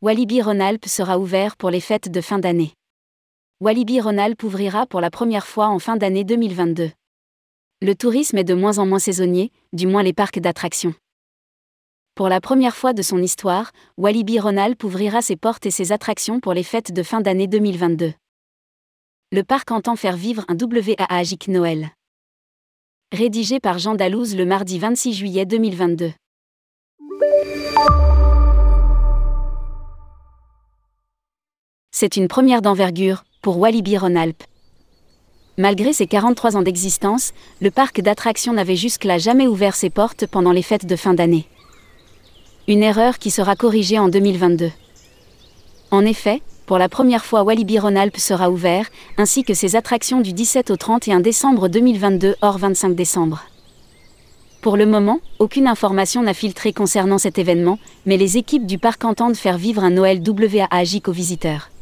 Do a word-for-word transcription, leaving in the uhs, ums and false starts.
Walibi Rhône-Alpes sera ouvert pour les fêtes de fin d'année. Walibi Rhône-Alpes ouvrira pour la première fois en fin d'année deux mille vingt-deux. Le tourisme est de moins en moins saisonnier, du moins les parcs d'attractions. Pour la première fois de son histoire, Walibi Rhône-Alpes ouvrira ses portes et ses attractions pour les fêtes de fin d'année deux mille vingt-deux. Le parc entend faire vivre un wagique Noël. Rédigé par Jean Dalouse le mardi vingt-six juillet deux mille vingt-deux. C'est une première d'envergure pour Walibi Rhône-Alpes. Malgré ses quarante-trois ans d'existence, le parc d'attractions n'avait jusque-là jamais ouvert ses portes pendant les fêtes de fin d'année. Une erreur qui sera corrigée en deux mille vingt-deux. En effet, pour la première fois Walibi Rhône-Alpes sera ouvert, ainsi que ses attractions du dix-sept au trente et un décembre deux mille vingt-deux hors vingt-cinq décembre. Pour le moment, aucune information n'a filtré concernant cet événement, mais les équipes du parc entendent faire vivre un Noël wagique aux visiteurs.